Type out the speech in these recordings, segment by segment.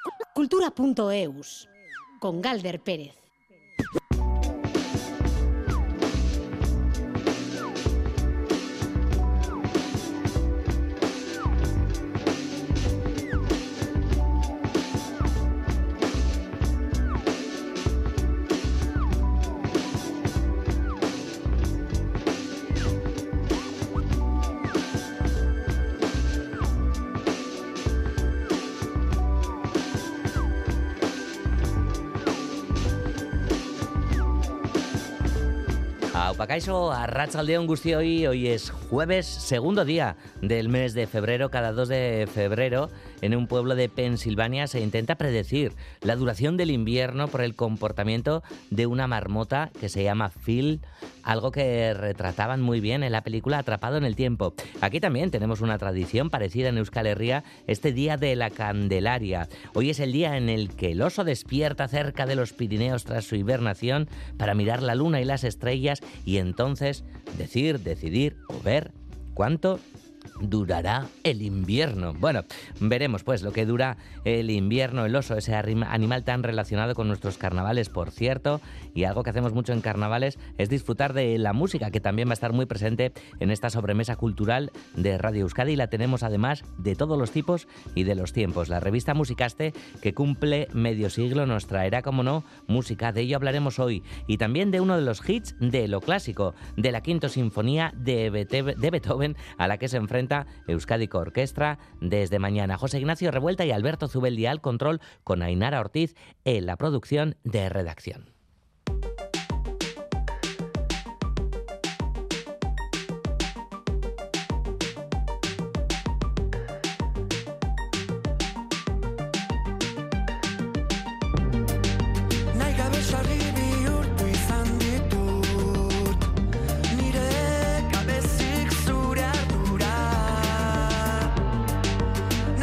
Cultura.eus, con Galder Pérez. Kaixo, arratsaldeon guztioi, hoy es jueves, segundo día del mes de febrero. Cada 2 de febrero, en un pueblo de Pensilvania, se intenta predecir la duración del invierno por el comportamiento de una marmota que se llama Phil, algo que retrataban muy bien en la película Atrapado en el tiempo. Aquí también tenemos una tradición parecida en Euskal Herria, este día de la Candelaria. Hoy es el día en el que el oso despierta cerca de los Pirineos tras su hibernación para mirar la luna y las estrellas y entonces decidir o ver cuánto durará el invierno. Bueno, veremos pues lo que dura el invierno. El oso, ese animal tan relacionado con nuestros carnavales, por cierto, y algo que hacemos mucho en carnavales es disfrutar de la música, que también va a estar muy presente en esta sobremesa cultural de Radio Euskadi. La tenemos además de todos los tipos y de los tiempos. La revista Musicaste, que cumple medio siglo, nos traerá, como no, música. De ello hablaremos hoy. Y también de uno de los hits de lo clásico, de la Quinta Sinfonía de Beethoven, a la que se enfrenta Euskadiko Orkestra desde mañana. José Ignacio Revuelta y Alberto Zubeldia al control, con Ainara Ortiz en la producción de redacción.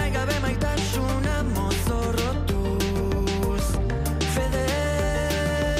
Fede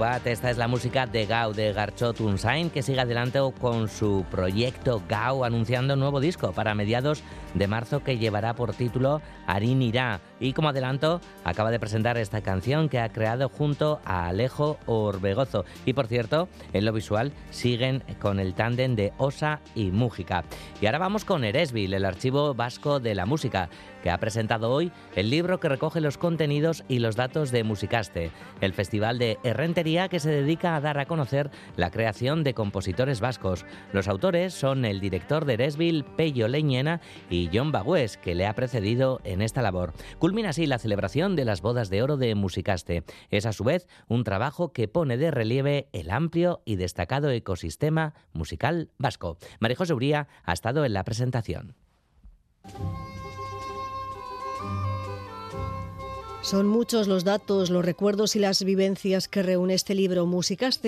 Bat. Esta es la música de Gau, de Garchot Unzain, que sigue adelante con su proyecto Gau, anunciando un nuevo disco para mediados de marzo que llevará por título Arin Irá. Y como adelanto, acaba de presentar esta canción que ha creado junto a Alejo Orbegozo. Y por cierto, en lo visual siguen con el tándem de Osa y Mújica. Y ahora vamos con Eresbil, el archivo vasco de la música, que ha presentado hoy el libro que recoge los contenidos y los datos de Musikaste, el festival de Errentería que se dedica a dar a conocer la creación de compositores vascos. Los autores son el director de Eresbil, Pello Leñena, y Jon Bagüés, que le ha precedido en esta labor. Culmina así la celebración de las bodas de oro de Musikaste. Es a su vez un trabajo que pone de relieve el amplio y destacado ecosistema musical vasco. María José Uría ha estado en la presentación. Son muchos los datos, los recuerdos y las vivencias que reúne este libro Musikaste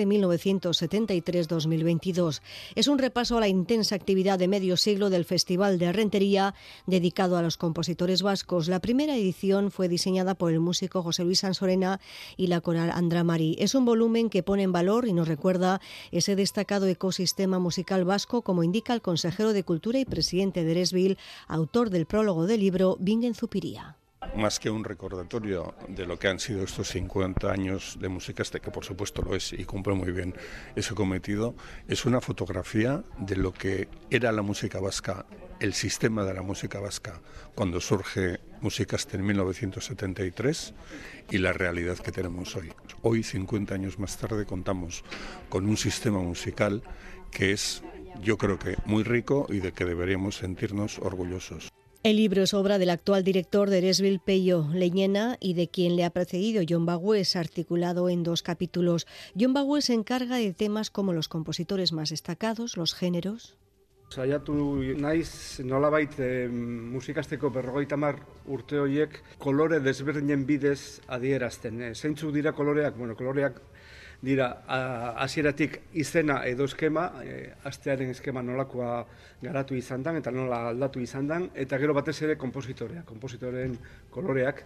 1973-2022. Es un repaso a la intensa actividad de medio siglo del Festival de Errentería dedicado a los compositores vascos. La primera edición fue diseñada por el músico José Luis Sansorena y la coral Andra Mari. Es un volumen que pone en valor y nos recuerda ese destacado ecosistema musical vasco, como indica el consejero de Cultura y presidente de Eresbil, autor del prólogo del libro, Bingen Zupiria. Más que un recordatorio de lo que han sido estos 50 años de Musikaste, que por supuesto lo es y cumple muy bien ese cometido, es una fotografía de lo que era la música vasca, el sistema de la música vasca, cuando surge Musikaste en 1973 y la realidad que tenemos hoy. Hoy, 50 años más tarde, contamos con un sistema musical que es, yo creo que muy rico y de que deberíamos sentirnos orgullosos. El libro es obra del actual director de Eresbil, Pello Leñena, y de quien le ha precedido, Jon Bagüés, articulado en 2 capítulos. Jon Bagüés se encarga de temas como los compositores más destacados, los géneros. Saiatu naiz nolabait Musikasteko 50 urte horiek kolore desberdinen bidez adierazten. Zeintzuk dira koloreak? Bueno, koloreak dira hasieratik izena edo eskema, astearen eskema nolakoa garatu izan dan eta nola aldatu izan dan, eta gero batez ere kompositoren koloreak.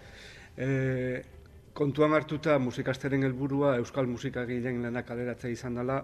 Kontuan hartuta Musikasteren helburua euskal musikagileen lanak kaleratzea izan dela,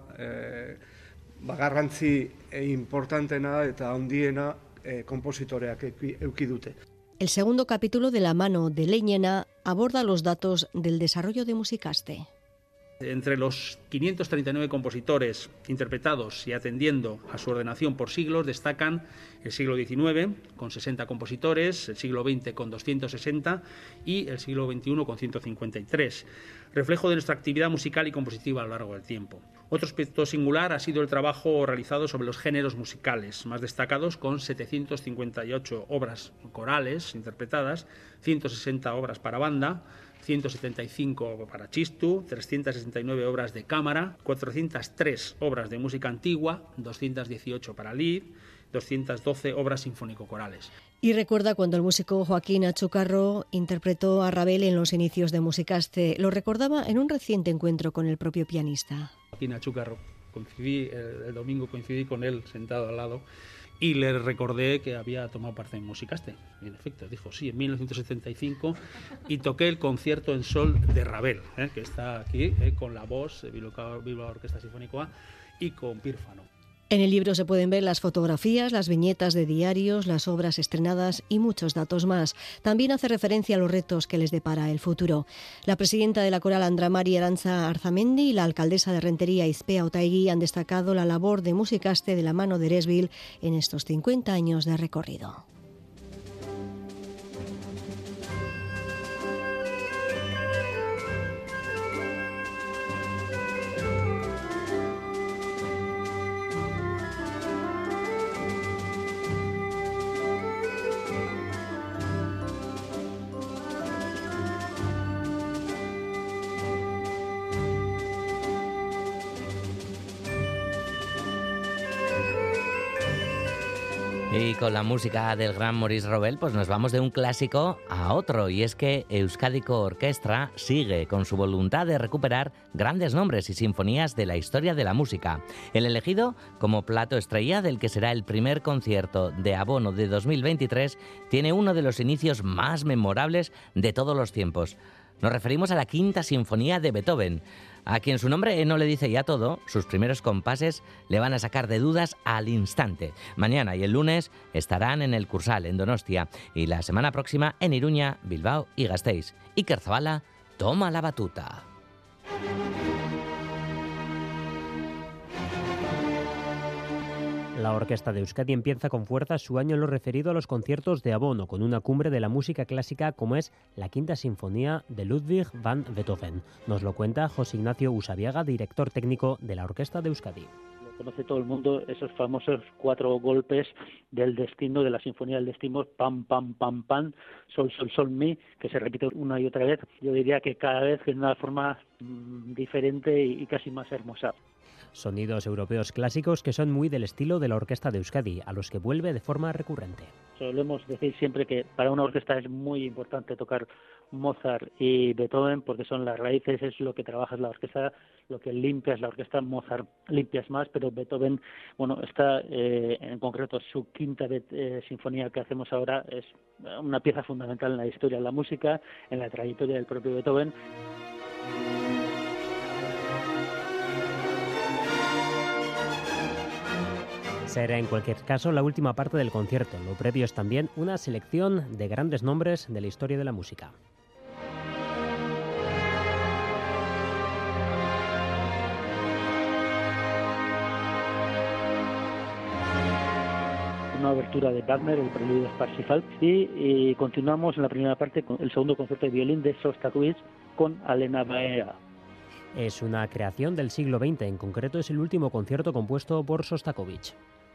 garrantzi importantena eta handiena kompositoreak eduki dute. El segundo capítulo, de la mano de Leñena, aborda los datos del desarrollo de Musikaste. Entre los 539 compositores interpretados y atendiendo a su ordenación por siglos destacan el siglo XIX con 60 compositores, el siglo XX con 260 y el siglo XXI con 153, reflejo de nuestra actividad musical y compositiva a lo largo del tiempo. Otro aspecto singular ha sido el trabajo realizado sobre los géneros musicales, más destacados con 758 obras corales interpretadas, 160 obras para banda, 175 para chistu, 369 obras de cámara, 403 obras de música antigua, 218 para lied, 212 obras sinfónico-corales. Y recuerda cuando el músico Joaquín Achucarro interpretó a Ravel en los inicios de Musikaste. Lo recordaba en un reciente encuentro con el propio pianista. Joaquín Achucarro, el domingo coincidí con él sentado al lado y le recordé que había tomado parte en Musikaste. Y en efecto, dijo sí, en 1975, y toqué el concierto en sol de Ravel, que está aquí, con la voz de Bilbao Orquesta Sinfónica y con Pírfano. En el libro se pueden ver las fotografías, las viñetas de diarios, las obras estrenadas y muchos datos más. También hace referencia a los retos que les depara el futuro. La presidenta de la coral Andra Mari Arantza Arzamendi y la alcaldesa de Errentería Izpea Otaegui han destacado la labor de Musikaste de la mano de Eresbil en estos 50 años de recorrido. Y con la música del gran Maurice Ravel, pues nos vamos de un clásico a otro, y es que Euskadiko Orkestra sigue con su voluntad de recuperar grandes nombres y sinfonías de la historia de la música. El elegido como plato estrella del que será el primer concierto de abono de 2023 tiene uno de los inicios más memorables de todos los tiempos. Nos referimos a la Quinta Sinfonía de Beethoven. A quien su nombre no le dice ya todo, sus primeros compases le van a sacar de dudas al instante. Mañana y el lunes estarán en el Cursal, en Donostia, y la semana próxima en Iruña, Bilbao y Gasteiz. Iker Zabala toma la batuta. La Orquesta de Euskadi empieza con fuerza su año en lo referido a los conciertos de abono, con una cumbre de la música clásica como es la Quinta Sinfonía de Ludwig van Beethoven. Nos lo cuenta José Ignacio Usabiaga, director técnico de la Orquesta de Euskadi. Conoce todo el mundo esos famosos 4 golpes del destino, de la Sinfonía del Destino, pam, pam, pam, pam, sol, sol, sol, mi, que se repite una y otra vez. Yo diría que cada vez de una forma diferente y casi más hermosa. Sonidos europeos clásicos que son muy del estilo de la Orquesta de Euskadi, a los que vuelve de forma recurrente. Solemos decir siempre que para una orquesta es muy importante tocar Mozart y Beethoven porque son las raíces, es lo que trabajas la orquesta, lo que limpias la orquesta. Mozart limpias más, pero Beethoven, bueno, está en concreto su quinta sinfonía que hacemos ahora es una pieza fundamental en la historia de la música, en la trayectoria del propio Beethoven. Será en cualquier caso la última parte del concierto. Lo previo es también una selección de grandes nombres de la historia de la música. Una abertura de Wagner, el preludio de Parsifal, y continuamos en la primera parte con el segundo concierto de violín de Shostakovich con Alena Baeva. Es una creación del siglo XX, en concreto es el último concierto compuesto por Shostakovich.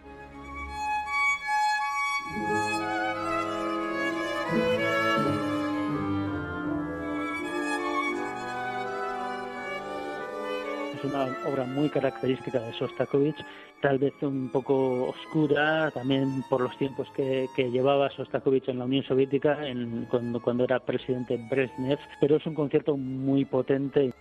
Es una obra muy característica de Shostakovich, tal vez un poco oscura, también por los tiempos que llevaba Shostakovich en la Unión Soviética, cuando era presidente Brezhnev, pero es un concierto muy potente.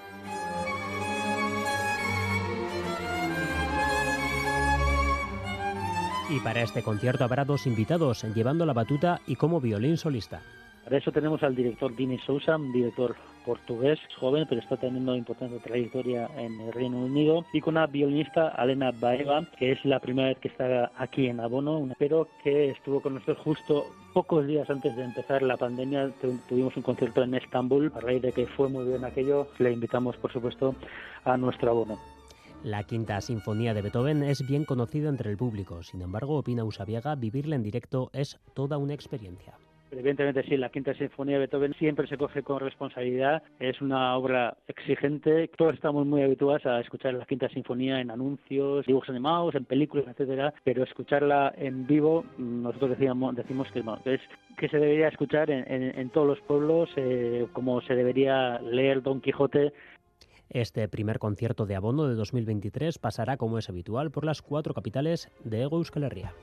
Y para este concierto habrá 2 invitados, llevando la batuta y como violín solista. Para eso tenemos al director Dini Sousa, un director portugués, joven, pero está teniendo importante trayectoria en el Reino Unido, y con una violinista, Alena Baeva, que es la primera vez que está aquí en Abono, pero que estuvo con nosotros justo pocos días antes de empezar la pandemia. Tuvimos un concierto en Estambul, a raíz de que fue muy bien aquello, le invitamos, por supuesto, a nuestro Abono. La Quinta Sinfonía de Beethoven es bien conocida entre el público, sin embargo, opina Usabiaga, vivirla en directo es toda una experiencia. Evidentemente sí, la Quinta Sinfonía de Beethoven siempre se coge con responsabilidad, es una obra exigente, todos estamos muy habituados a escuchar la Quinta Sinfonía en anuncios, dibujos animados, en películas, etcétera, pero escucharla en vivo, nosotros decimos que se debería escuchar en todos los pueblos, como se debería leer Don Quijote. Este primer concierto de abono de 2023 pasará, como es habitual, por las 4 capitales de Hego Euskal Herria.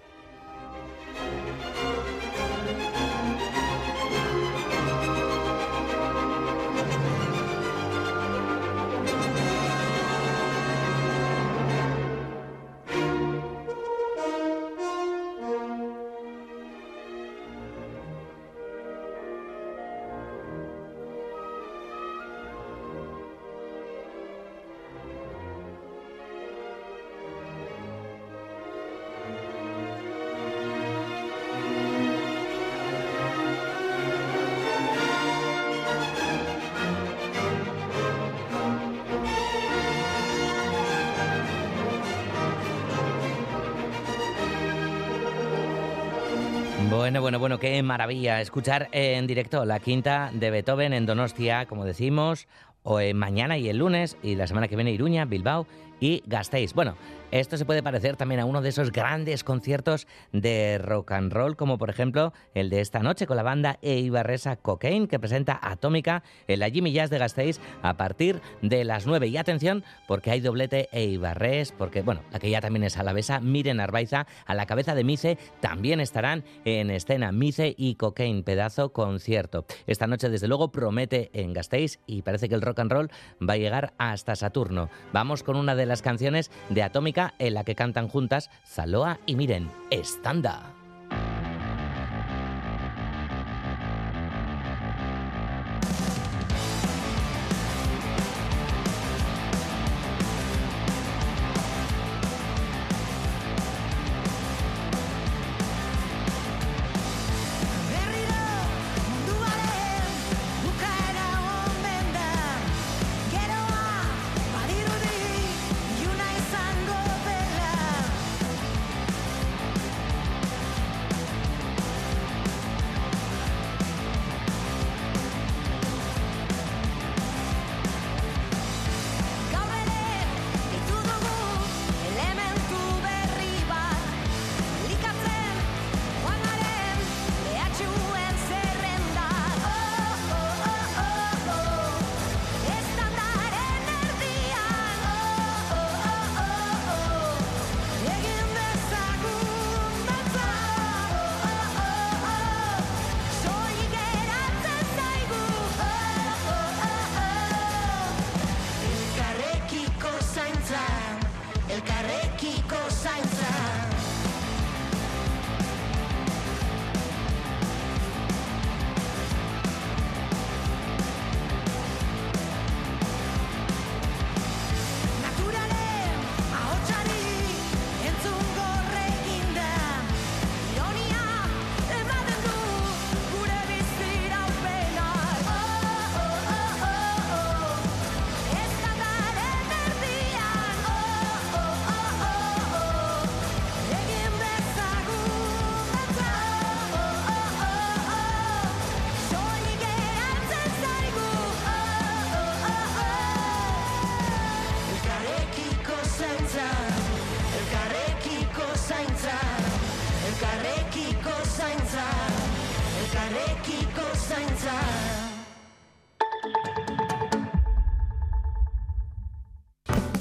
Bueno, qué maravilla escuchar en directo la Quinta de Beethoven en Donostia, como decimos, o mañana y el lunes, y la semana que viene Iruña, Bilbao y Gasteiz. Bueno, esto se puede parecer también a uno de esos grandes conciertos de rock and roll, como por ejemplo el de esta noche con la banda eibarresa Cocaine, que presenta Atómica en la Jimmy Jazz de Gasteiz a partir de las 9. Y atención, porque hay doblete eibarrés, porque, bueno, la que ya también es alavesa, Miren Arbaiza, a la cabeza de Mice, también estarán en escena Mice y Cocaine, pedazo concierto. Esta noche, desde luego, promete en Gasteiz y parece que el rock and roll va a llegar hasta Saturno. Vamos con una de las canciones de Atómica en la que cantan juntas Zaloa y Miren, Estanda.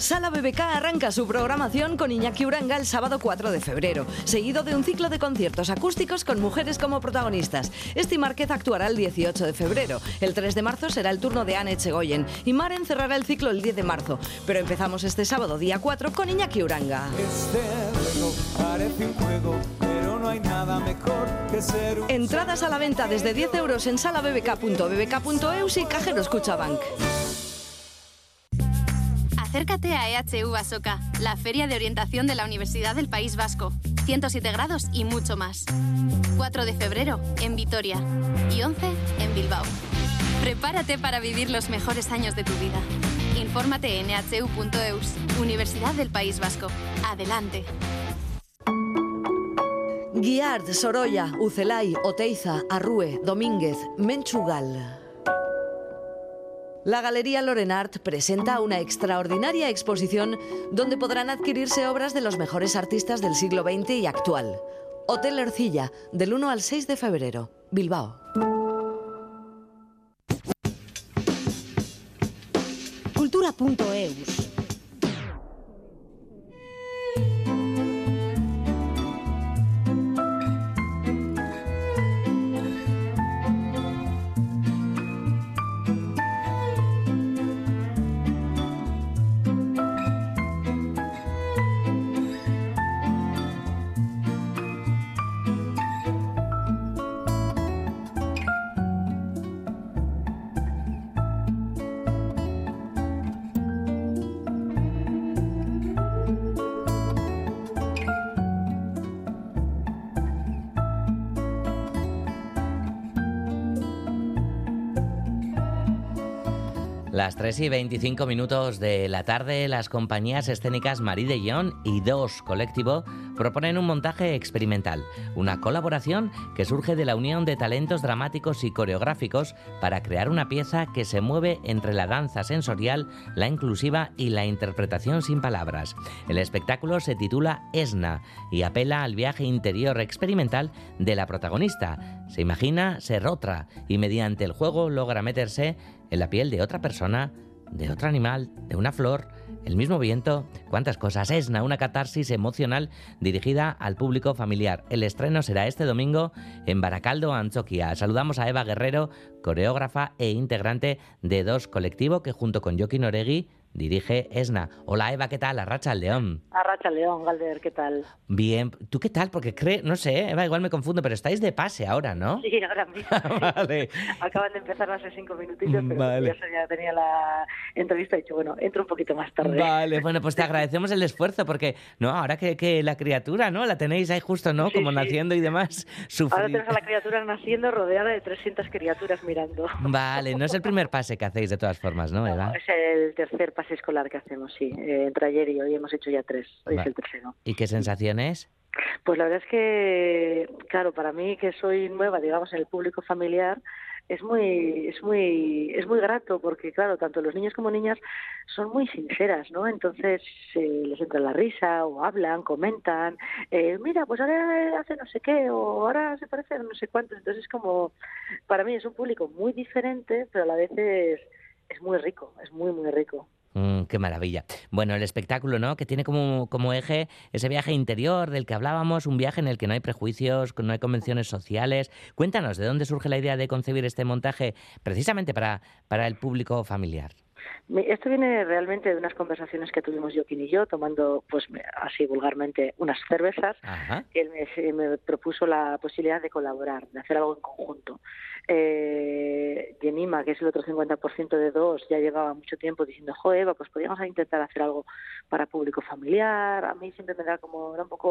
Sala BBK arranca su programación con Iñaki Uranga el sábado 4 de febrero, seguido de un ciclo de conciertos acústicos con mujeres como protagonistas. Esti Márquez actuará el 18 de febrero, el 3 de marzo será el turno de Anne Echegoyen y Maren cerrará el ciclo el 10 de marzo. Pero empezamos este sábado, día 4, con Iñaki Uranga. Este juego parece un juego, pero no hay nada mejor que ser un... Entradas a la venta desde 10 euros en salabbk.bbk.eus y cajeros Cuchabank. Acércate a EHU Asoka, la feria de orientación de la Universidad del País Vasco. 107 grados y mucho más. 4 de febrero en Vitoria y 11 en Bilbao. Prepárate para vivir los mejores años de tu vida. Infórmate en ehu.eus, Universidad del País Vasco. Adelante. Guiard, Sorolla, Ucelay, Oteiza, Arrue, Domínguez, Menchugal. La Galería Lorenart presenta una extraordinaria exposición donde podrán adquirirse obras de los mejores artistas del siglo XX y actual. Hotel Ercilla, del 1 al 6 de febrero, Bilbao. Cultura.eus. Las 3:25 de la tarde, las compañías escénicas Marí de Guión y Dos Colectivo proponen un montaje experimental, una colaboración que surge de la unión de talentos dramáticos y coreográficos para crear una pieza que se mueve entre la danza sensorial, la inclusiva y la interpretación sin palabras. El espectáculo se titula Esna y apela al viaje interior experimental de la protagonista. Se imagina ser otra y mediante el juego logra meterse en la piel de otra persona, de otro animal, de una flor, el mismo viento, cuántas cosas. Esna, una catarsis emocional dirigida al público familiar. El estreno será este domingo en Barakaldo, Antzoquia. Saludamos a Eva Guerrero, coreógrafa e integrante de Dos Colectivo, que junto con Jokin Oregui dirige Esna. Hola Eva, ¿qué tal? Arratsaldeon. Arratsaldeon, Galder, ¿qué tal? Bien, ¿tú qué tal? Porque no sé, Eva, igual me confundo, pero estáis de pase ahora, ¿no? Sí, ahora mismo. Vale. Acaban de empezar hace 5 minutitos, pero vale. ya tenía la entrevista y he dicho, bueno, entro un poquito más tarde. Vale, bueno, pues te agradecemos el esfuerzo, porque no, ahora que la criatura, ¿no? La tenéis ahí justo, ¿no? Sí, como sí. naciendo y demás. Ahora tenemos a la criatura naciendo rodeada de 300 criaturas mirando. Vale, no es el primer pase que hacéis de todas formas, ¿no, Eva? No, es el tercer pase escolar que hacemos, sí. Entre ayer y hoy hemos hecho ya 3. Hoy Va. es el tercero. ¿Y qué sensaciones? Pues la verdad es que, claro, para mí que soy nueva, digamos, en el público familiar, es muy grato porque, claro, tanto los niños como niñas son muy sinceras, ¿no? Entonces les entra la risa o hablan, comentan, mira, pues ahora hace no sé qué o ahora se parece a no sé cuánto. Entonces es como, para mí es un público muy diferente, pero a la vez es muy rico, es muy, muy rico. Qué maravilla. Bueno, el espectáculo, ¿no? Que tiene como eje ese viaje interior del que hablábamos, un viaje en el que no hay prejuicios, no hay convenciones sociales. Cuéntanos, ¿de dónde surge la idea de concebir este montaje precisamente para el público familiar? Esto viene realmente de unas conversaciones que tuvimos Jokin y yo, tomando, pues así vulgarmente, unas cervezas. Ajá. Él me propuso la posibilidad de colaborar, de hacer algo en conjunto. Yenima, que es el otro 50% de Dos, ya llevaba mucho tiempo diciendo, Eva, pues podríamos intentar hacer algo para público familiar. A mí siempre me da como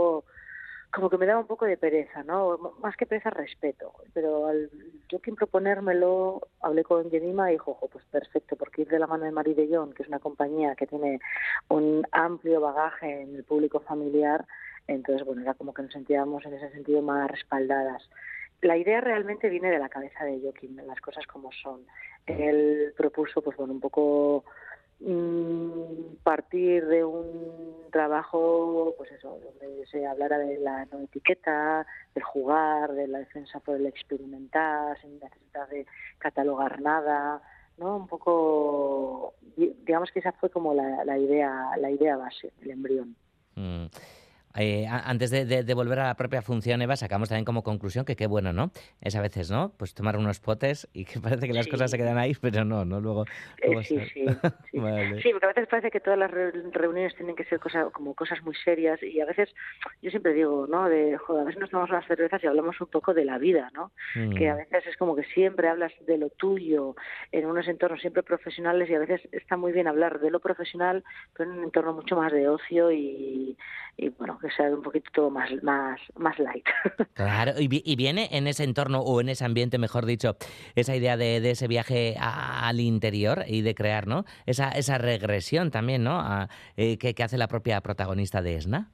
que me daba un poco de pereza, ¿no? Más que pereza, respeto. Pero al Jokin proponérmelo, hablé con Yenima y dijo, pues perfecto, porque ir de la mano de Marí de Guión, que es una compañía que tiene un amplio bagaje en el público familiar, entonces, bueno, era como que nos sentíamos en ese sentido más respaldadas. La idea realmente viene de la cabeza de Jokin, las cosas como son. Él propuso, pues bueno, un poco partir de un trabajo, pues eso, donde se hablara de la no etiqueta, del jugar, de la defensa por el experimentar, sin necesidad de catalogar nada, ¿no? Un poco, digamos que esa fue como la idea base, el embrión. Antes de volver a la propia función, Eva, sacamos también como conclusión que qué bueno, ¿no? Es a veces, ¿no? Pues tomar unos potes y que parece que las cosas se quedan ahí, pero no, luego sí. Vale. Sí, porque a veces parece que todas las reuniones tienen que ser cosas muy serias, y a veces, yo siempre digo, ¿no? A veces nos tomamos unas cervezas y hablamos un poco de la vida, ¿no? Que a veces es como que siempre hablas de lo tuyo en unos entornos siempre profesionales, y a veces está muy bien hablar de lo profesional, pero en un entorno mucho más de ocio y bueno, que sea un poquito todo más light. Claro, y viene en ese entorno, o en ese ambiente, mejor dicho, esa idea de ese viaje al interior y de crear, ¿no? Esa regresión también, ¿no? Que hace la propia protagonista de Esna.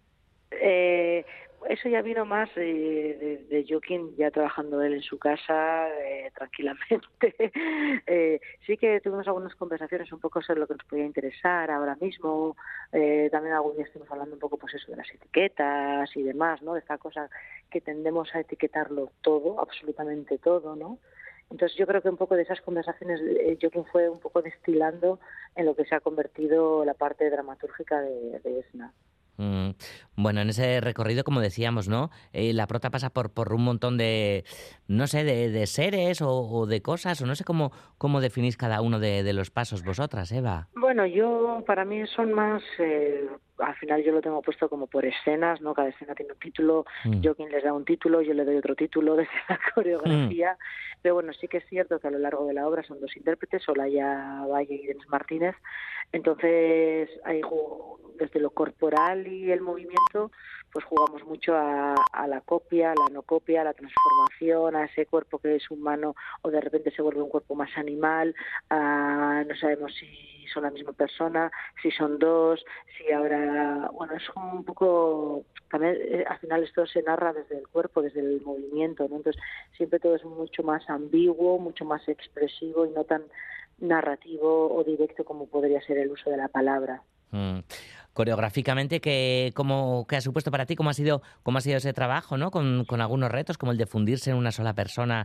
Eso ya vino más de Joaquín, ya trabajando él en su casa, tranquilamente. Sí que tuvimos algunas conversaciones un poco sobre lo que nos podía interesar ahora mismo. También algún día estuvimos hablando un poco, pues eso, de las etiquetas y demás, ¿no? De esta cosa que tendemos a etiquetarlo todo, absolutamente todo, ¿no? Entonces yo creo que un poco de esas conversaciones Joaquín fue un poco destilando en lo que se ha convertido la parte dramatúrgica de Esna. Bueno, en ese recorrido, como decíamos, ¿no? La prota pasa por un montón de, no sé, de seres o de cosas, o no sé cómo definís cada uno de los pasos vosotras, Eva. Bueno, para mí son más, al final yo lo tengo puesto como por escenas, ¿no? Cada escena tiene un título, Joaquín les da un título, yo le doy otro título desde la coreografía, pero bueno, sí que es cierto que a lo largo de la obra son dos intérpretes, Olaya Valle y Denis Martínez, entonces hay desde lo corporal y el movimiento, pues jugamos mucho a la copia, a la no copia, a la transformación, a ese cuerpo que es humano o de repente se vuelve un cuerpo más animal, no sabemos si son la misma persona, si son dos, si ahora, bueno, es un poco, también al final esto se narra desde el cuerpo, desde el movimiento, ¿no? Entonces siempre todo es mucho más ambiguo, mucho más expresivo y no tan narrativo o directo como podría ser el uso de la palabra. Coreográficamente, ¿qué ha supuesto para ti? ¿Cómo ha sido ese trabajo, ¿no? Con algunos retos, como el de fundirse en una sola persona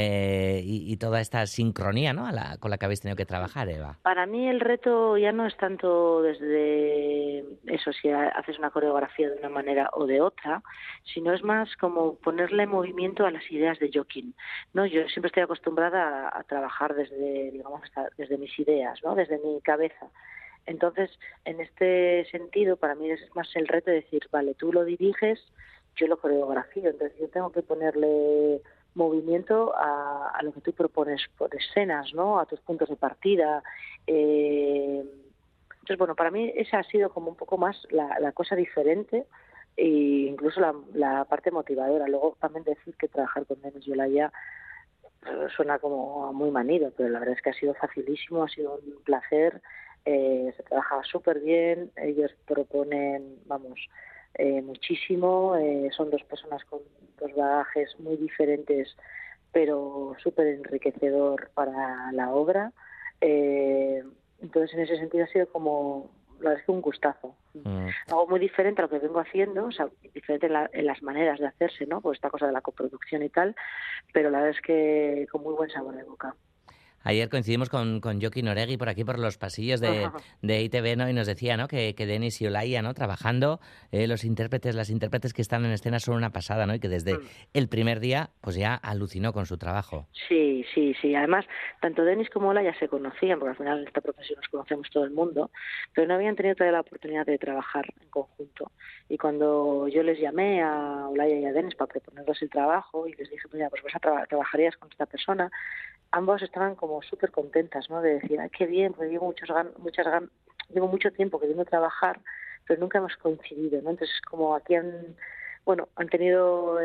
y toda esta sincronía, ¿no? Con la que habéis tenido que trabajar, Eva. Para mí el reto ya no es tanto desde eso, si haces una coreografía de una manera o de otra, sino es más como ponerle movimiento a las ideas de Joaquín, ¿no? Yo siempre estoy acostumbrada a trabajar desde mis ideas, ¿no? Desde mi cabeza. Entonces, en este sentido, para mí es más el reto de decir, vale, tú lo diriges, yo lo coreografío, entonces yo tengo que ponerle movimiento a lo que tú propones por escenas, ¿no? A tus puntos de partida. Entonces, bueno, para mí esa ha sido como un poco más la cosa diferente e incluso la parte motivadora. Luego también decir que trabajar con Denis y Olaya suena como muy manido, pero la verdad es que ha sido facilísimo, ha sido un placer. Se trabaja súper bien, ellos proponen, muchísimo, son dos personas con dos bagajes muy diferentes, pero súper enriquecedor para la obra. Entonces, en ese sentido ha sido como, la verdad es que un gustazo. Algo muy diferente a lo que vengo haciendo, o sea, diferente en las maneras de hacerse, ¿no? Pues esta cosa de la coproducción y tal, pero la verdad es que con muy buen sabor de boca. Ayer coincidimos con Joaquín Oregui por aquí, por los pasillos de ITV, ¿no? Y nos decía, ¿no? Que Denis y Olaya, ¿no? Trabajando, las intérpretes que están en escena son una pasada, ¿no? Y que desde el primer día, pues ya alucinó con su trabajo. Sí. Además, tanto Denis como Olaya se conocían, porque al final en esta profesión nos conocemos todo el mundo, pero no habían tenido todavía la oportunidad de trabajar en conjunto. Y cuando yo les llamé a Olaya y a Denis para proponerles el trabajo y les dije, mira, pues trabajarías con esta persona, ambos estaban como súper contentas, ¿no? De decir, ay, qué bien, porque llevo mucho tiempo queriendo trabajar, pero nunca hemos coincidido, ¿no? Entonces, como aquí han tenido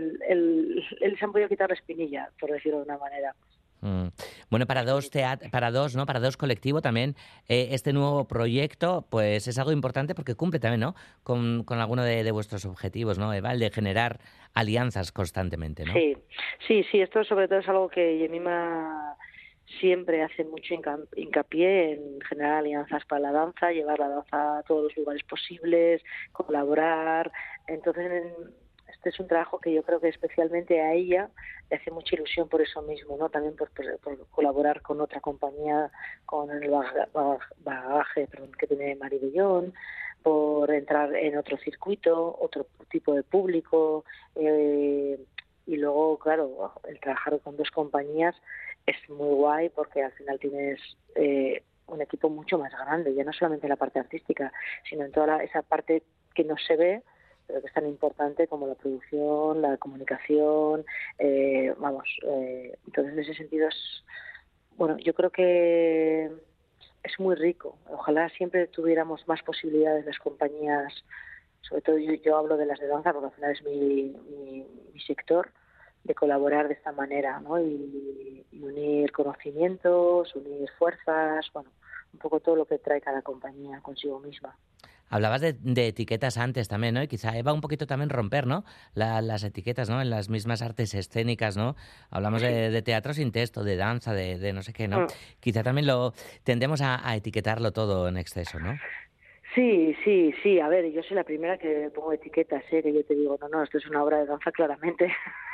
se han podido quitar la espinilla, por decirlo de una manera. Bueno, para dos colectivo también, este nuevo proyecto pues es algo importante porque cumple también, ¿no? Con alguno de vuestros objetivos, ¿no, Eva? El de generar alianzas constantemente, ¿no? Sí, esto sobre todo es algo que Yemima siempre hace mucho hincapié en generar alianzas para la danza, llevar la danza a todos los lugares posibles, colaborar. Entonces, este es un trabajo que yo creo que especialmente a ella le hace mucha ilusión por eso mismo, ¿no? También por colaborar con otra compañía, con el bagaje que tiene Maribellón, por entrar en otro circuito, otro tipo de público, y luego, claro, el trabajar con 2 compañías es muy guay porque al final tienes un equipo mucho más grande, ya no solamente en la parte artística, sino en toda esa parte que no se ve, pero que es tan importante como la producción, la comunicación, entonces en ese sentido yo creo que es muy rico. Ojalá siempre tuviéramos más posibilidades las compañías, sobre todo yo hablo de las de danza porque al final es mi sector, de colaborar de esta manera, ¿no? Y unir conocimientos, unir fuerzas, un poco todo lo que trae cada compañía consigo misma. Hablabas de etiquetas antes también, ¿no? Y quizá va un poquito también romper, ¿no? Las etiquetas, ¿no? En las mismas artes escénicas, ¿no? Hablamos de teatro sin texto, de danza, de no sé qué, ¿no? Quizá también tendemos a etiquetarlo todo en exceso, ¿no? Sí. A ver, yo soy la primera que pongo etiquetas, que yo te digo, no, esto es una obra de danza claramente.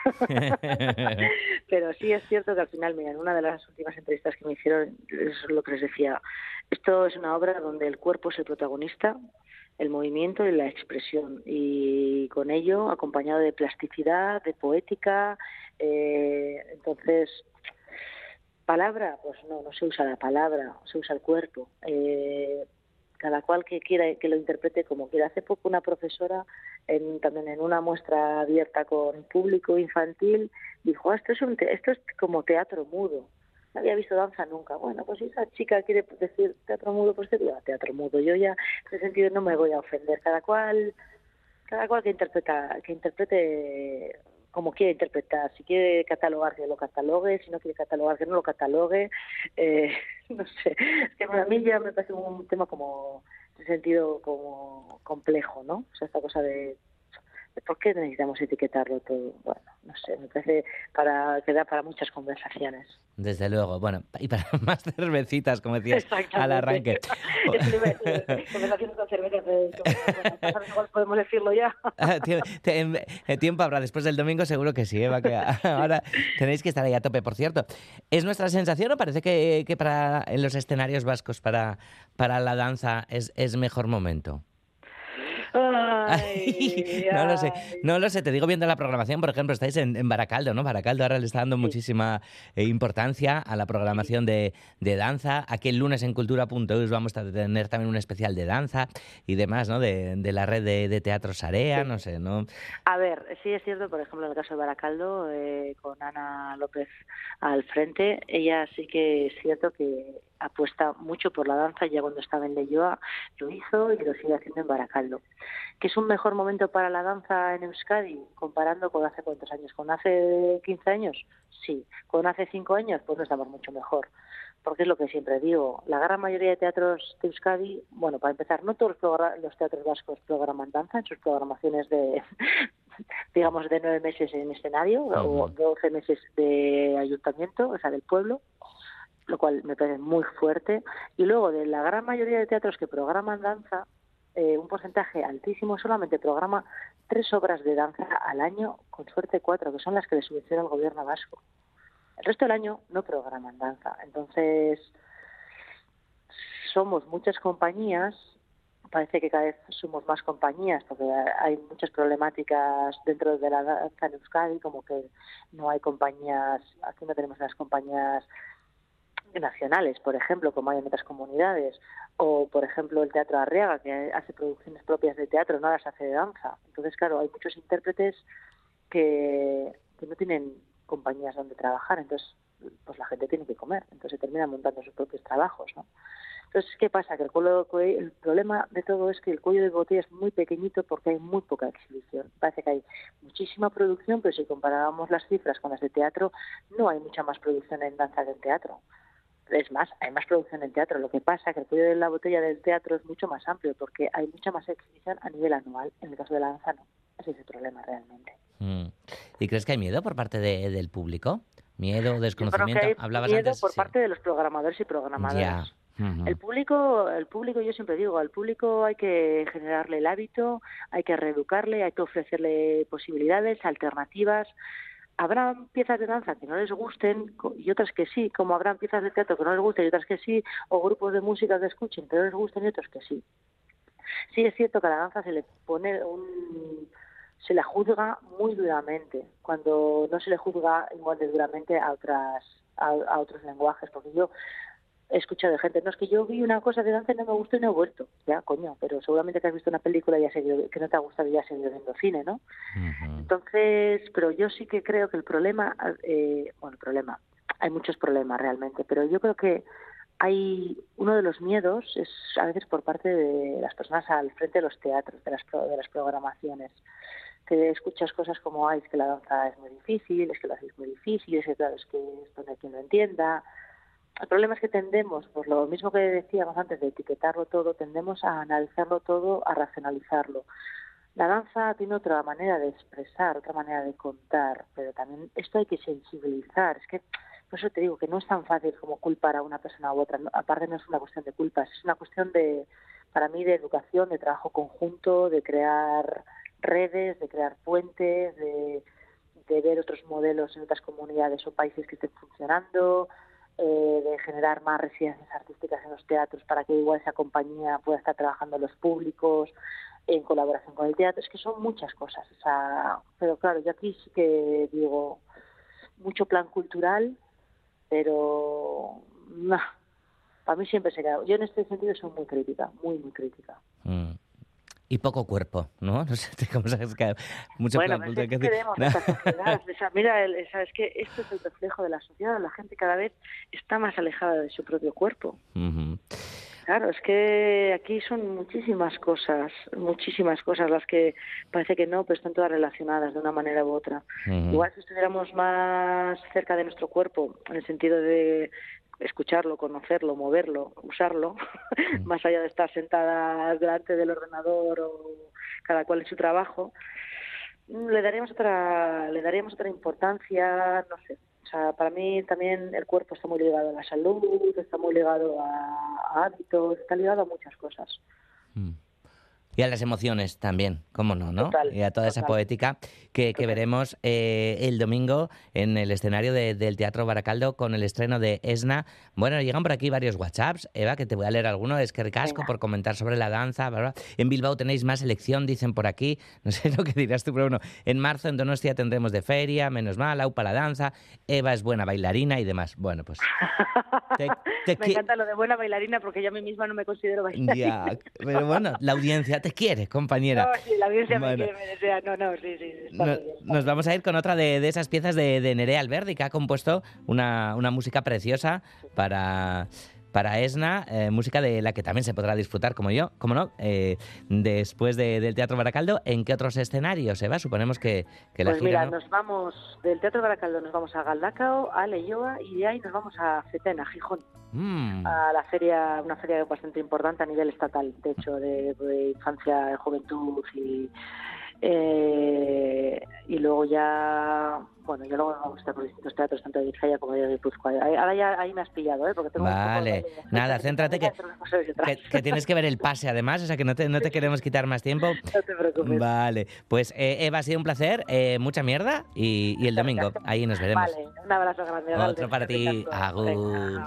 Pero sí es cierto que al final, mira, en una de las últimas entrevistas que me hicieron, es lo que les decía, esto es una obra donde el cuerpo es el protagonista, el movimiento y la expresión, y con ello acompañado de plasticidad, de poética, entonces, palabra, pues no se usa la palabra, se usa el cuerpo, cada cual que quiera que lo interprete como quiera. Hace poco una profesora, también en una muestra abierta con público infantil, dijo, esto es como teatro mudo. No había visto danza nunca. Bueno, pues si esa chica quiere decir teatro mudo, pues diga teatro mudo. Yo ya, en ese sentido, no me voy a ofender. Cada cual que interprete como quiere interpretar. Si quiere catalogar, que lo catalogue. Si no quiere catalogar, que no lo catalogue. No sé. Es que a mí ya me parece un tema como, en ese sentido, como complejo, ¿no? O sea, esta cosa de ¿por qué necesitamos etiquetarlo todo? Bueno, no sé, me parece que da para muchas conversaciones. Desde luego, bueno, y para más cervecitas, como decías al arranque. Conversaciones con cervezas, igual podemos decirlo ya. Tiempo habrá, después del domingo seguro que sí, Eva, que ahora tenéis que estar ahí a tope. Por cierto, ¿es nuestra sensación o parece que en los escenarios vascos para la danza es mejor momento? No lo sé, te digo viendo la programación, por ejemplo, estáis en Baracaldo, ¿no? Baracaldo ahora le está dando muchísima importancia a la programación de danza. Aquí el lunes en cultura.eus vamos a tener también un especial de danza y demás, ¿no? De la red de Teatro Sarea, no sé, ¿no? A ver, sí es cierto, por ejemplo, en el caso de Baracaldo, con Ana López al frente, ella sí que es cierto que apuesta mucho por la danza. Ya cuando estaba en Leioa lo hizo y lo sigue haciendo en Baracaldo. ¿Que es un mejor momento para la danza en Euskadi comparando con hace cuántos años? ¿Con hace 15 años? Sí. ¿Con hace 5 años? Pues no estamos mucho mejor. Porque es lo que siempre digo, la gran mayoría de teatros de Euskadi, bueno, para empezar, no todos los teatros vascos programan danza en sus programaciones digamos, de 9 meses en escenario o 12 meses de ayuntamiento, o sea, del pueblo, lo cual me parece muy fuerte. Y luego, de la gran mayoría de teatros que programan danza, un porcentaje altísimo solamente programa 3 obras de danza al año, con suerte 4, que son las que le subvenciona el gobierno vasco. El resto del año no programan danza. Entonces, somos muchas compañías, parece que cada vez somos más compañías, porque hay muchas problemáticas dentro de la danza en Euskadi, como que no hay compañías, aquí no tenemos las compañías nacionales, por ejemplo, como hay en otras comunidades, o por ejemplo el Teatro Arriaga, que hace producciones propias de teatro, no las hace de danza. Entonces, claro, hay muchos intérpretes que no tienen compañías donde trabajar, entonces pues la gente tiene que comer, entonces se terminan montando sus propios trabajos, ¿no? Entonces, ¿qué pasa? Que el problema de todo es que el cuello de botella es muy pequeñito porque hay muy poca exhibición. Parece que hay muchísima producción, pero si comparábamos las cifras con las de teatro, no hay mucha más producción en danza que en teatro. Es más, hay más producción en teatro. Lo que pasa es que el cuello de la botella del teatro es mucho más amplio porque hay mucha más exhibición a nivel anual. En el caso de la danza no. Ese es el problema realmente. ¿Y crees que hay miedo por parte del público? ¿Miedo, desconocimiento? Yo creo que hay miedo por parte de los programadores y programadoras. Uh-huh. El público, yo siempre digo, al público hay que generarle el hábito, hay que reeducarle, hay que ofrecerle posibilidades, alternativas. Habrá piezas de danza que no les gusten y otras que sí, como habrán piezas de teatro que no les gusten y otras que sí, o grupos de música que escuchen que no les gusten y otros que sí. Sí es cierto que a la danza se la juzga muy duramente, cuando no se le juzga igual de duramente a otros lenguajes, porque yo he escuchado de gente, no, es que yo vi una cosa de danza y no me gustó y no he vuelto. Ya, coño, pero seguramente que has visto una película y que no te ha gustado y has seguido viendo cine, ¿no? Uh-huh. Entonces, pero yo sí que creo que el problema, hay muchos problemas realmente, pero yo creo que hay uno de los miedos es a veces por parte de las personas al frente de los teatros, de las programaciones, que escuchas cosas como, es que la danza es muy difícil, es que lo hacéis muy difícil, es que claro, es que esto no hay quien lo entienda. El problema es que tendemos, por lo mismo que decíamos antes de etiquetarlo todo, tendemos a analizarlo todo, a racionalizarlo. La danza tiene otra manera de expresar, otra manera de contar, pero también esto hay que sensibilizar. Es que por eso te digo que no es tan fácil como culpar a una persona u otra. Aparte no es una cuestión de culpas, es una cuestión para mí, de educación, de trabajo conjunto, de crear redes, de crear puentes, de ver otros modelos en otras comunidades o países que estén funcionando, de generar más residencias artísticas en los teatros para que igual esa compañía pueda estar trabajando en los públicos en colaboración con el teatro. Es que son muchas cosas, pero claro, yo aquí sí que digo mucho plan cultural, pero no, para mí siempre se queda. Yo en este sentido soy muy crítica, muy crítica. Y poco cuerpo, ¿no? No sé cómo sabes que mucho bueno, plan pero es que queremos esta sociedad. Mira, es que esto es el reflejo de la sociedad. La gente cada vez está más alejada de su propio cuerpo. Uh-huh. Claro, es que aquí son muchísimas cosas las que parece que no, pero están todas relacionadas de una manera u otra. Uh-huh. Igual si estuviéramos más cerca de nuestro cuerpo, en el sentido de escucharlo, conocerlo, moverlo, usarlo, más allá de estar sentadas delante del ordenador o cada cual en su trabajo, le daríamos otra importancia, no sé. O sea, para mí también el cuerpo está muy ligado a la salud, está muy ligado a hábitos, está ligado a muchas cosas. Y a las emociones también, cómo no, ¿no? Total, y a toda esa poética que veremos el domingo en el escenario del Teatro Baracaldo con el estreno de Esna. Bueno, llegan por aquí varios WhatsApps, Eva, que te voy a leer alguno. Es que ricasco por comentar sobre la danza. ¿Verdad? En Bilbao tenéis más elección, dicen por aquí. No sé lo que dirás tú, pero bueno. En marzo en Donostia tendremos de feria, menos mal, aupa la danza. Eva es buena bailarina y demás. Bueno, pues... Me encanta lo de buena bailarina porque yo a mí misma no me considero bailarina. Ya, pero bueno, la audiencia te quiere, compañera. No, sí, la audiencia me quiere, me desea. Sí. Nos vamos a ir con otra de esas piezas de Nerea Alberdi, que ha compuesto una música preciosa para Esna, música de la que también se podrá disfrutar, como yo, como no, después del Teatro Baracaldo. ¿En qué otros escenarios, Eva? Suponemos que la pues gira, mira, ¿no? nos vamos del Teatro Baracaldo, nos vamos a Galdacao, a Leioa y de ahí nos vamos a Feten, a Gijón. A la feria, una feria bastante importante a nivel estatal, de hecho, de infancia, de juventud y luego ya, bueno, yo luego me gusta por distintos teatros, tanto de Vizcaya como de Guipúzcoa. Ahora ya ahí me has pillado, porque tengo vale, un poco nada, céntrate que tienes que ver el pase además, o sea que no te queremos quitar más tiempo. No te preocupes. Vale, pues Eva, ha sido un placer, mucha mierda y el domingo, ahí nos veremos. Vale, un abrazo grande. Otro para ti, agur. Venga,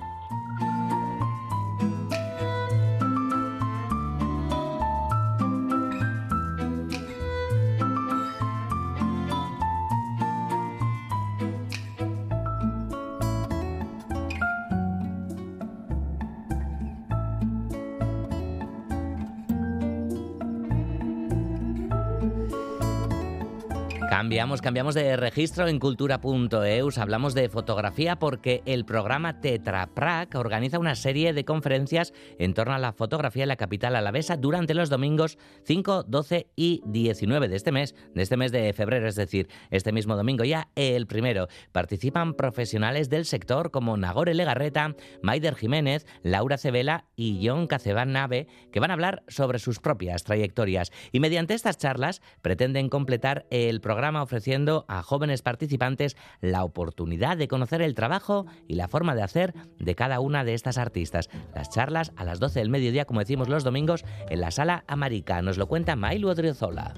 Cambiamos de registro en cultura.eus, hablamos de fotografía porque el programa Tetra Pak organiza una serie de conferencias en torno a la fotografía en la capital alavesa durante los domingos 5, 12 y 19 de este mes de febrero, es decir, este mismo domingo ya el primero. Participan profesionales del sector como Nagore Legarreta, Maider Jiménez, Laura Cebela y Jon Cacebán Nave, que van a hablar sobre sus propias trayectorias y mediante estas charlas pretenden completar el programa programa ofreciendo a jóvenes participantes la oportunidad de conocer el trabajo y la forma de hacer de cada una de estas artistas. Las charlas a las 12 del mediodía, como decimos los domingos, en la Sala América. Nos lo cuenta Mailu Odriozola.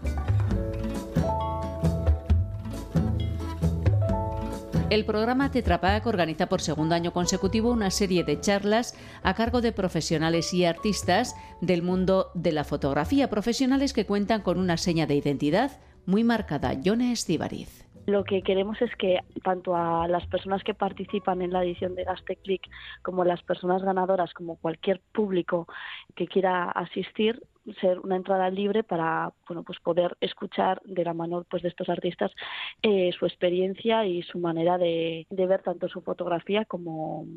El programa Tetra Pak organiza por segundo año consecutivo una serie de charlas a cargo de profesionales y artistas del mundo de la fotografía, profesionales que cuentan con una seña de identidad muy marcada. Jone Estíbariz. Lo que queremos es que tanto a las personas que participan en la edición de Gasteclic como las personas ganadoras, como cualquier público que quiera asistir, ser una entrada libre para pues poder escuchar de la mano de estos artistas su experiencia y su manera de ver tanto su fotografía como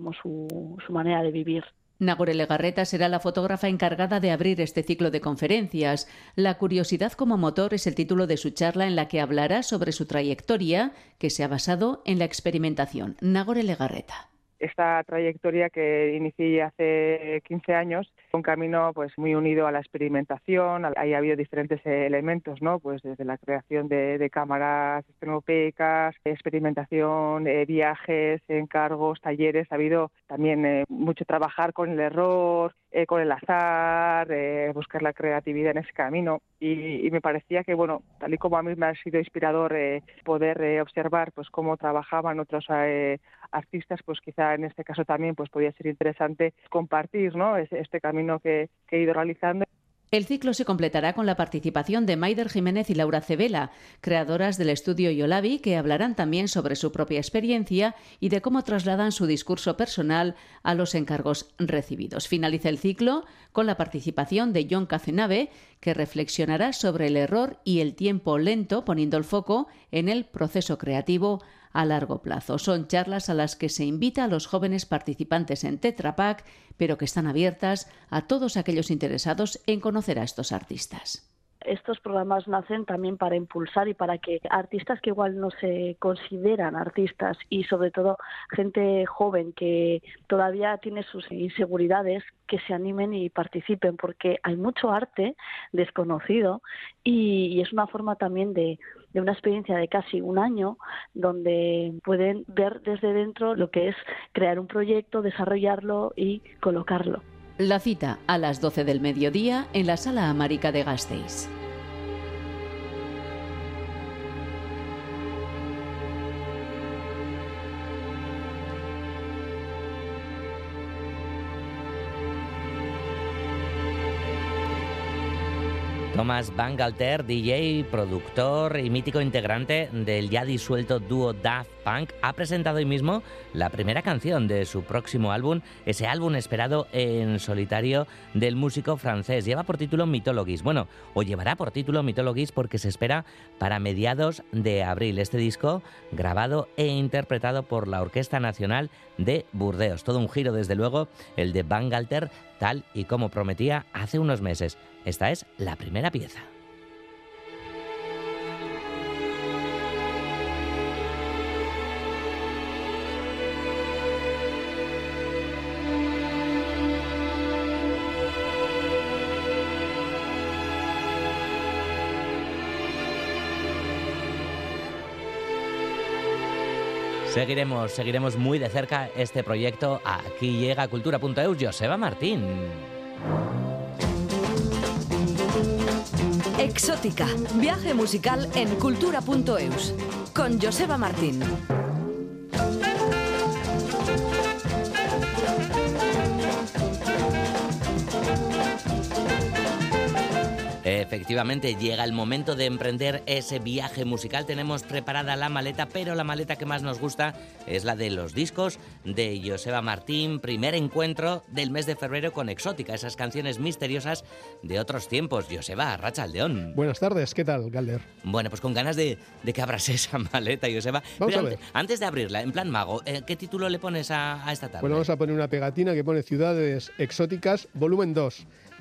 su manera de vivir. Nagore Legarreta será la fotógrafa encargada de abrir este ciclo de conferencias. La curiosidad como motor es el título de su charla, en la que hablará sobre su trayectoria, que se ha basado en la experimentación. Nagore Legarreta. Esta trayectoria que inicié hace 15 años, un camino pues muy unido a la experimentación. Ahí ha habido diferentes elementos, ¿no? Pues desde la creación de cámaras estenopicas, experimentación, viajes, encargos, talleres. Ha habido también mucho trabajar con el error, con el azar, buscar la creatividad en ese camino. Y me parecía que, tal y como a mí me ha sido inspirador poder observar pues cómo trabajaban otros artistas, pues quizá en este caso también pues podía ser interesante compartir, ¿no? Este camino que he ido realizando. El ciclo se completará con la participación de Maider Jiménez y Laura Cebela, creadoras del estudio Yolabi, que hablarán también sobre su propia experiencia y de cómo trasladan su discurso personal a los encargos recibidos. Finaliza el ciclo con la participación de Jon Cazenave, que reflexionará sobre el error y el tiempo lento, poniendo el foco en el proceso creativo a largo plazo. Son charlas a las que se invita a los jóvenes participantes en Tetra Pak, pero que están abiertas a todos aquellos interesados en conocer a estos artistas. Estos programas nacen también para impulsar y para que artistas que igual no se consideran artistas, y sobre todo gente joven que todavía tiene sus inseguridades, que se animen y participen, porque hay mucho arte desconocido y es una forma también de una experiencia de casi un año donde pueden ver desde dentro lo que es crear un proyecto, desarrollarlo y colocarlo. La cita a las 12 del mediodía en la Sala América de Gasteiz. Thomas Bangalter, DJ, productor y mítico integrante del ya disuelto dúo Daft Punk, ha presentado hoy mismo la primera canción de su próximo álbum, ese álbum esperado en solitario del músico francés. Lleva por título Mythologies. Bueno, o llevará por título Mythologies porque se espera para mediados de abril. Este disco, grabado e interpretado por la Orquesta Nacional de Burdeos. Todo un giro, desde luego, el de Bangalter, tal y como prometía hace unos meses. Esta es la primera pieza. Seguiremos muy de cerca este proyecto. Aquí llega Cultura.eus, Joseba Martín. Exótica, viaje musical en Cultura.eus, con Joseba Martín. Efectivamente, llega el momento de emprender ese viaje musical. Tenemos preparada la maleta, pero la maleta que más nos gusta es la de los discos de Joseba Martín. Primer encuentro del mes de febrero con Exótica, esas canciones misteriosas de otros tiempos. Joseba, arratsaldeón. Buenas tardes, ¿qué tal, Galder? Bueno, pues con ganas de que abras esa maleta, Joseba. Vamos a ver. Antes de abrirla, en plan mago, ¿qué título le pones a esta tarde? Bueno, vamos a poner una pegatina que pone Ciudades Exóticas, volumen 2.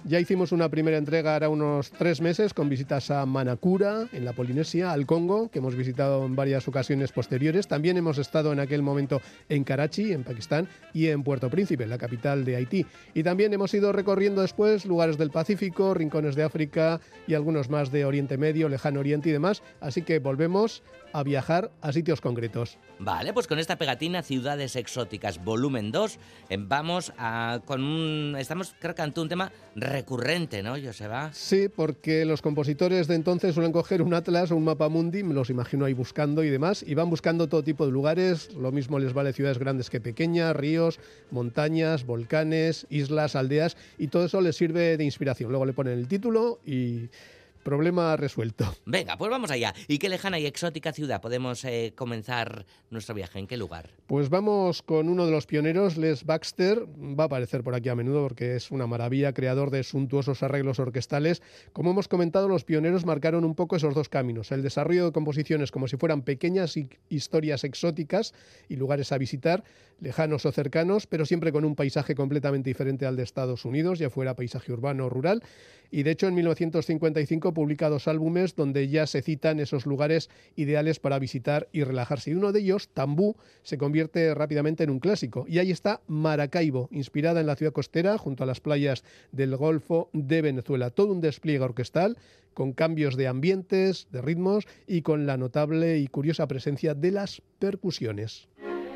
Ya hicimos una primera entrega ahora unos 3 meses con visitas a Manakura, en la Polinesia, al Congo, que hemos visitado en varias ocasiones posteriores. También hemos estado en aquel momento en Karachi, en Pakistán, y en Puerto Príncipe, la capital de Haití. Y también hemos ido recorriendo después lugares del Pacífico, rincones de África y algunos más de Oriente Medio, Lejano Oriente y demás. Así que volvemos a viajar a sitios concretos. Vale, pues con esta pegatina Ciudades Exóticas volumen 2 estamos creo que ante un tema recurrente, ¿no, Joseba? Sí, porque los compositores de entonces suelen coger un atlas o un mapa mundi, me los imagino ahí buscando y demás, y van buscando todo tipo de lugares. Lo mismo les vale ciudades grandes que pequeñas, ríos, montañas, volcanes, islas, aldeas, y todo eso les sirve de inspiración. Luego le ponen el título y problema resuelto. Venga, pues vamos allá. ¿Y qué lejana y exótica ciudad podemos comenzar nuestro viaje? ¿En qué lugar? Pues vamos con uno de los pioneros, Les Baxter. Va a aparecer por aquí a menudo porque es una maravilla, creador de suntuosos arreglos orquestales. Como hemos comentado, los pioneros marcaron un poco esos dos caminos. El desarrollo de composiciones como si fueran pequeñas historias exóticas y lugares a visitar, lejanos o cercanos, pero siempre con un paisaje completamente diferente al de Estados Unidos, ya fuera paisaje urbano o rural. Y de hecho en 1955 publica 2 álbumes donde ya se citan esos lugares ideales para visitar y relajarse. Y uno de ellos, Tambú, se convierte rápidamente en un clásico. Y ahí está Maracaibo, inspirada en la ciudad costera junto a las playas del Golfo de Venezuela. Todo un despliegue orquestal con cambios de ambientes, de ritmos y con la notable y curiosa presencia de las percusiones.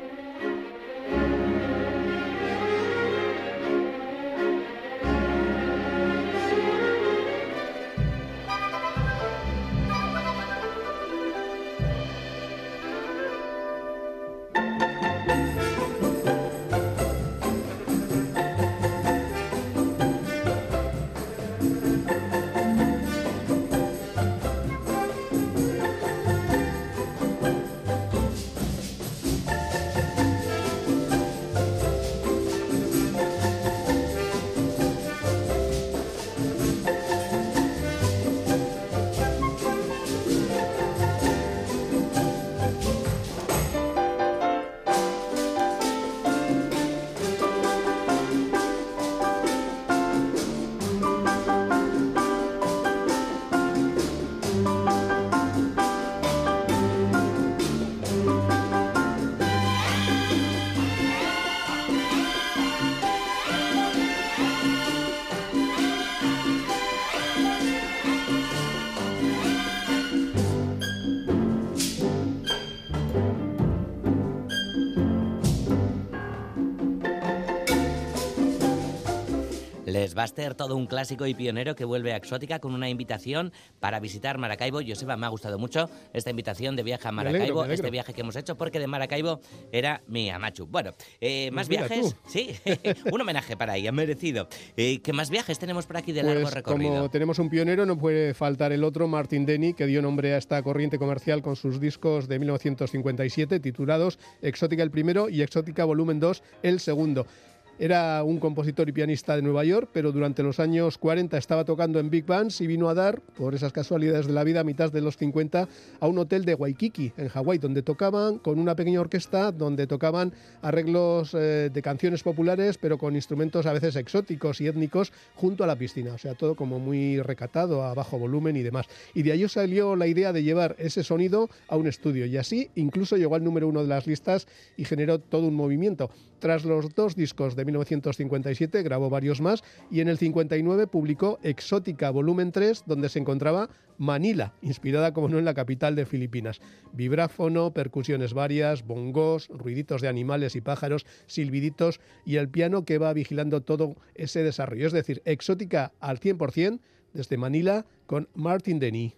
Les Baxter, todo un clásico y pionero que vuelve a Exótica con una invitación para visitar Maracaibo. Joseba, me ha gustado mucho esta invitación de viaje a Maracaibo, me alegro. este viaje que hemos hecho, porque de Maracaibo era mi Amachu. Bueno, más viajes, sí, un homenaje para ella, merecido. ¿Qué más viajes tenemos por aquí de largo recorrido? Como tenemos un pionero, no puede faltar el otro, Martin Denny, que dio nombre a esta corriente comercial con sus discos de 1957 titulados Exótica el primero y Exótica volumen 2 el segundo. Era un compositor y pianista de Nueva York, pero durante los años 40 estaba tocando en big bands y vino a dar, por esas casualidades de la vida, a mitad de los 50, a un hotel de Waikiki, en Hawái, donde tocaban con una pequeña orquesta, donde tocaban arreglos de canciones populares, pero con instrumentos a veces exóticos y étnicos, junto a la piscina. O sea, todo como muy recatado, a bajo volumen y demás. Y de ahí salió la idea de llevar ese sonido a un estudio. Y así incluso llegó al número 1 de las listas y generó todo un movimiento. Tras los 2 discos de 1957 grabó varios más y en el 59 publicó Exótica volumen 3, donde se encontraba Manila, inspirada como no en la capital de Filipinas. Vibráfono, percusiones varias, bongos, ruiditos de animales y pájaros, silbiditos y el piano que va vigilando todo ese desarrollo. Es decir, Exótica al 100% desde Manila con Martin Denny.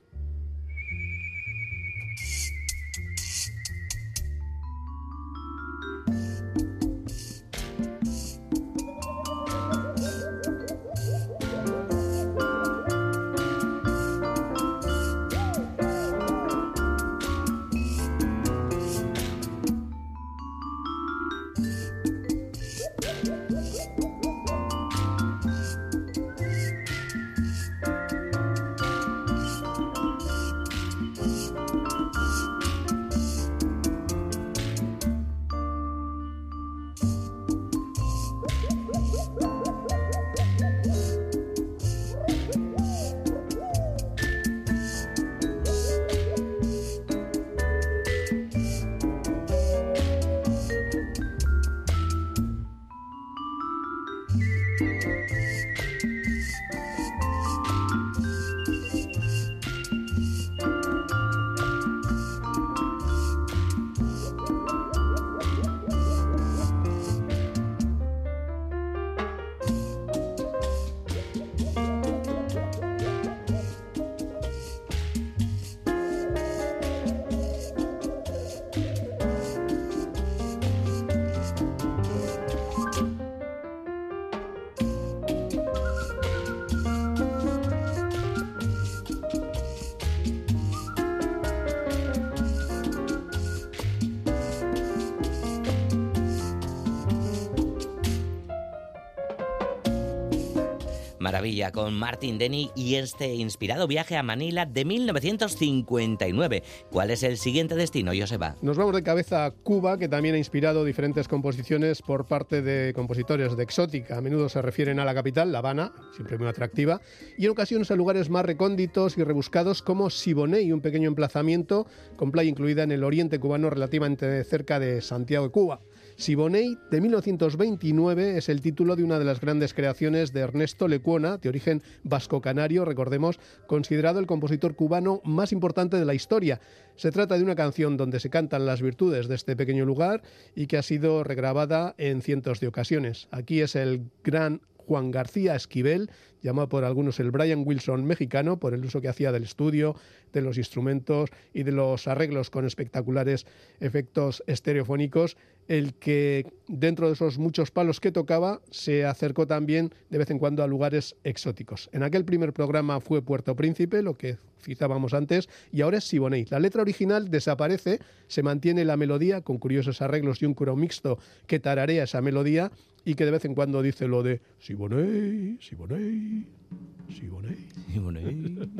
Maravilla, con Martin Denny y este inspirado viaje a Manila de 1959. ¿Cuál es el siguiente destino, Joseba? Nos vamos de cabeza a Cuba, que también ha inspirado diferentes composiciones por parte de compositores de exótica. A menudo se refieren a la capital, La Habana, siempre muy atractiva, y en ocasiones a lugares más recónditos y rebuscados como Siboney, un pequeño emplazamiento con playa incluida en el oriente cubano relativamente cerca de Santiago de Cuba. Siboney, de 1929, es el título de una de las grandes creaciones de Ernesto Lecuona, de origen vasco-canario, recordemos, considerado el compositor cubano más importante de la historia. Se trata de una canción donde se cantan las virtudes de este pequeño lugar y que ha sido regrabada en cientos de ocasiones. Aquí es el gran Juan García Esquivel, llamado por algunos el Brian Wilson mexicano, por el uso que hacía del estudio, de los instrumentos y de los arreglos con espectaculares efectos estereofónicos, el que dentro de esos muchos palos que tocaba se acercó también de vez en cuando a lugares exóticos. En aquel primer programa fue Puerto Príncipe, lo que citábamos antes, y ahora es Siboney. La letra original desaparece, se mantiene la melodía con curiosos arreglos y un coro mixto que tararea esa melodía y que de vez en cuando dice lo de Siboney, Siboney, Siboney, Siboney.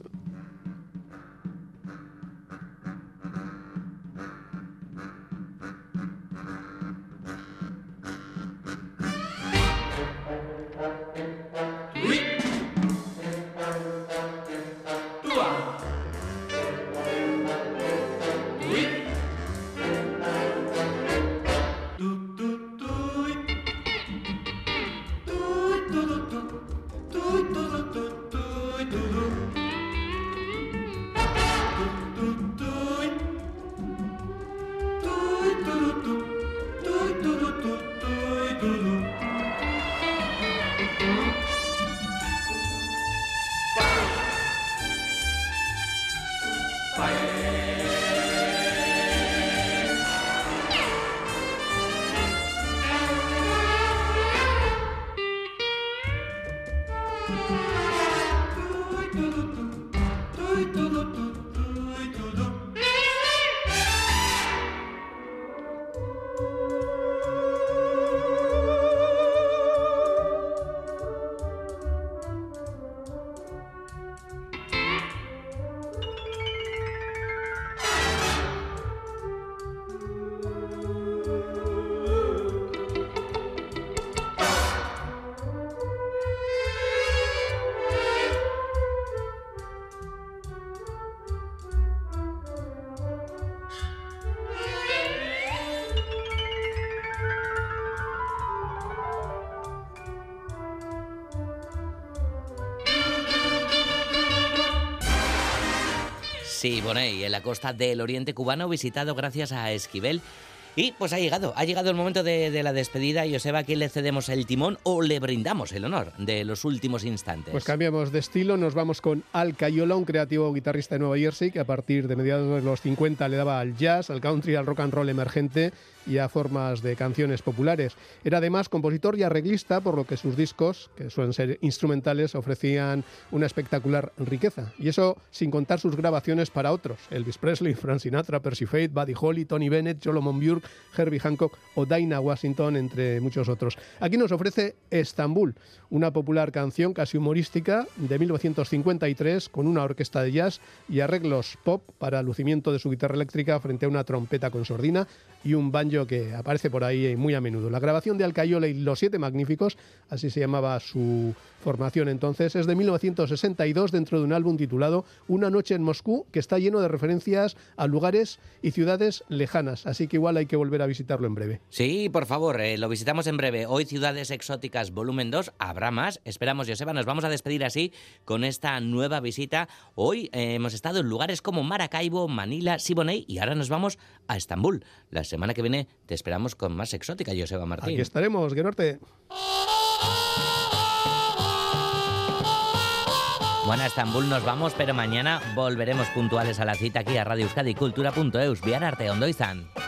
Siboney, en la costa del oriente cubano, visitado gracias a Esquivel. Y pues ha llegado el momento de la despedida. Joseba, ¿a quién le cedemos el timón o le brindamos el honor de los últimos instantes? Pues cambiamos de estilo, nos vamos con Al Cayola, un creativo guitarrista de Nueva Jersey que a partir de mediados de los 50 le daba al jazz, al country, al rock and roll emergente y a formas de canciones populares. Era además compositor y arreglista, por lo que sus discos, que suelen ser instrumentales, ofrecían una espectacular riqueza. Y eso sin contar sus grabaciones para otros: Elvis Presley, Frank Sinatra, Percy Faith, Buddy Holly, Tony Bennett, Solomon Burke, Herbie Hancock o Dinah Washington, entre muchos otros. Aquí nos ofrece Estambul, una popular canción casi humorística de 1953 con una orquesta de jazz y arreglos pop para lucimiento de su guitarra eléctrica frente a una trompeta con sordina y un banjo que aparece por ahí muy a menudo. La grabación de Al Cayola y los Siete Magníficos, así se llamaba su formación entonces, es de 1962 dentro de un álbum titulado Una noche en Moscú, que está lleno de referencias a lugares y ciudades lejanas, así que igual hay que volver a visitarlo en breve. Sí, por favor, lo visitamos en breve. Hoy Ciudades Exóticas volumen 2, habrá más, esperamos, Joseba. Nos vamos a despedir así con esta nueva visita. Hoy hemos estado en lugares como Maracaibo, Manila, Siboney y ahora nos vamos a Estambul. La semana que viene te esperamos con más exótica, Joseba Martín. Aquí estaremos, Guenorte. Bueno, a Estambul nos vamos, pero mañana volveremos puntuales a la cita aquí a Radio Euskadi Kultura.eus. Bihar arte, ondo izan.